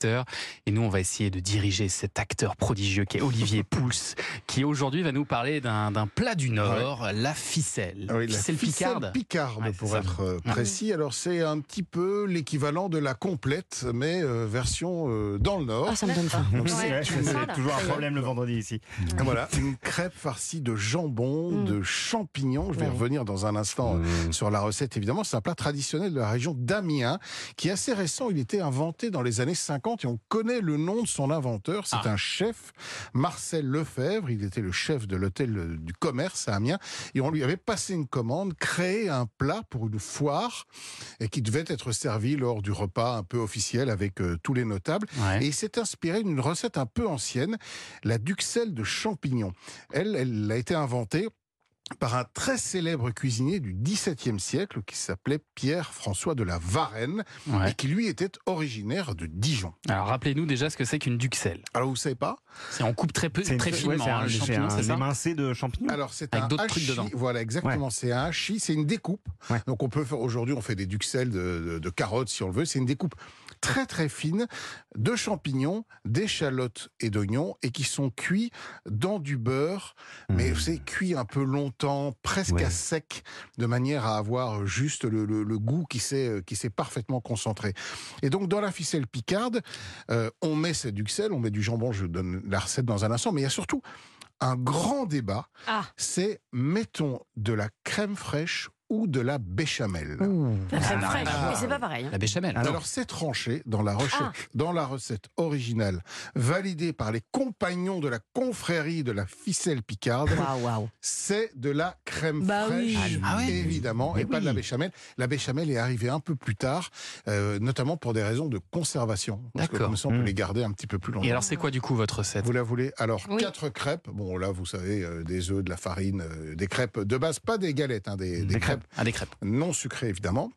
acteur. Et nous, on va essayer de diriger cet acteur prodigieux qui est Olivier Pouls, qui aujourd'hui va nous parler d'un plat du Nord, la ficelle. Oui, la ficelle picarde. picarde, pour être précis. Alors, c'est un petit peu l'équivalent de la complète, mais version dans le Nord. Ah, ça me donne faim. Donc, C'est toujours un problème le vendredi ici. Voilà, une crêpe farcie de jambon, de champignons. Je vais revenir dans un instant sur la recette, évidemment. C'est un plat traditionnel de la région d'Amiens, qui est assez récent. Il était inventé dans les années 50 et on connaît le nom de son inventeur. C'est un chef, Marcel Lefebvre. Il était le chef de l'hôtel du commerce à Amiens. Et on lui avait passé une commande, créer un plat pour une foire et qui devait être servi lors du repas un peu officiel avec tous les notables. Ouais. Et il s'est inspiré d'une recette un peu ancienne, la duxelle de champignons. Elle a été inventée par un très célèbre cuisinier du XVIIe siècle qui s'appelait Pierre-François de la Varenne et qui lui était originaire de Dijon. Alors rappelez-nous déjà ce que c'est qu'une duxelle. Alors vous savez pas ? On coupe très finement le champignon, c'est ça ? émincé de champignons. Alors c'est avec un d'autres trucs hachis. dedans. Voilà, exactement. Ouais. C'est un hachis, c'est une découpe. Ouais. Donc on peut faire aujourd'hui, on fait des duxelles de carottes si on le veut. C'est une découpe très très fine de champignons, d'échalotes et d'oignons et qui sont cuits dans du beurre, mais c'est cuit un peu longtemps, presque à sec, de manière à avoir juste le goût qui s'est parfaitement concentré. Et donc dans la ficelle picarde, on met cette duxelle, on met du jambon, je donne la recette dans un instant, mais il y a surtout un grand débat, c'est mettons de la crème fraîche ou de la béchamel. La crème fraîche, mais c'est pas pareil. La béchamel. Alors c'est tranché dans la recette originale, validée par les compagnons de la confrérie de la ficelle picarde. Waouh. C'est de la crème fraîche, évidemment, et pas de la béchamel. La béchamel est arrivée un peu plus tard, notamment pour des raisons de conservation. Parce que comme ça, on peut les garder un petit peu plus longtemps. Et alors c'est quoi du coup votre recette ? Vous la voulez ? Alors 4 crêpes. Bon là, vous savez, des œufs, de la farine, des crêpes de base, pas des galettes, des crêpes. Des crêpes. Non sucrées, évidemment.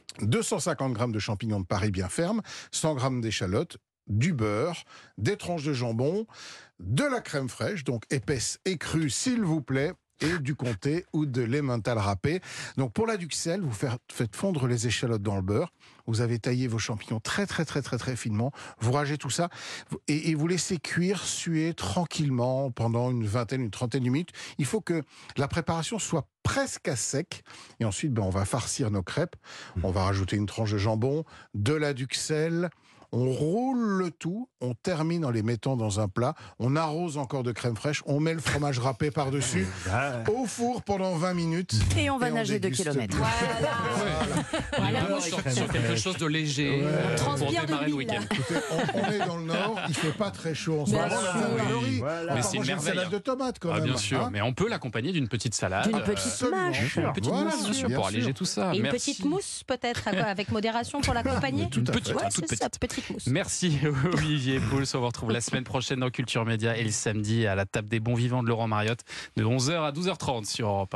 250 grammes de champignons de Paris bien fermes, 100 grammes d'échalotes, du beurre, des tranches de jambon, de la crème fraîche, donc épaisse et crue, s'il vous plaît, et du comté ou de l'emmental râpé. Donc pour la duxelle, vous faites fondre les échalotes dans le beurre. Vous avez taillé vos champignons très finement. Vous ragez tout ça et vous laissez cuire, suer tranquillement pendant une trentaine de minutes. Il faut que la préparation soit presque à sec. Et ensuite, on va farcir nos crêpes. On va rajouter une tranche de jambon, de la duxelle. On roule le tout, on termine en les mettant dans un plat, on arrose encore de crème fraîche, on met le fromage râpé par-dessus, au four pendant 20 minutes. Et on va nager 2 kilomètres. Voilà. Sur quelque chose de léger pour démarrer le week-end. Écoutez, on est dans le Nord, il fait pas très chaud en ce moment. Mais c'est une merveille. Salade de tomates quand même. Bien sûr, mais on peut l'accompagner d'une petite salade. D'une petite mâche. Une petite mousse, bien sûr, pour alléger tout ça. Et une Merci. petite mousse peut-être, avec modération pour l'accompagner. Tout à fait. Toute petite. Mousse. Merci Olivier Pouls. On vous retrouve la semaine prochaine dans Culture Média et le samedi à la table des bons vivants de Laurent Mariotte de 11h à 12h30 sur Europe 1.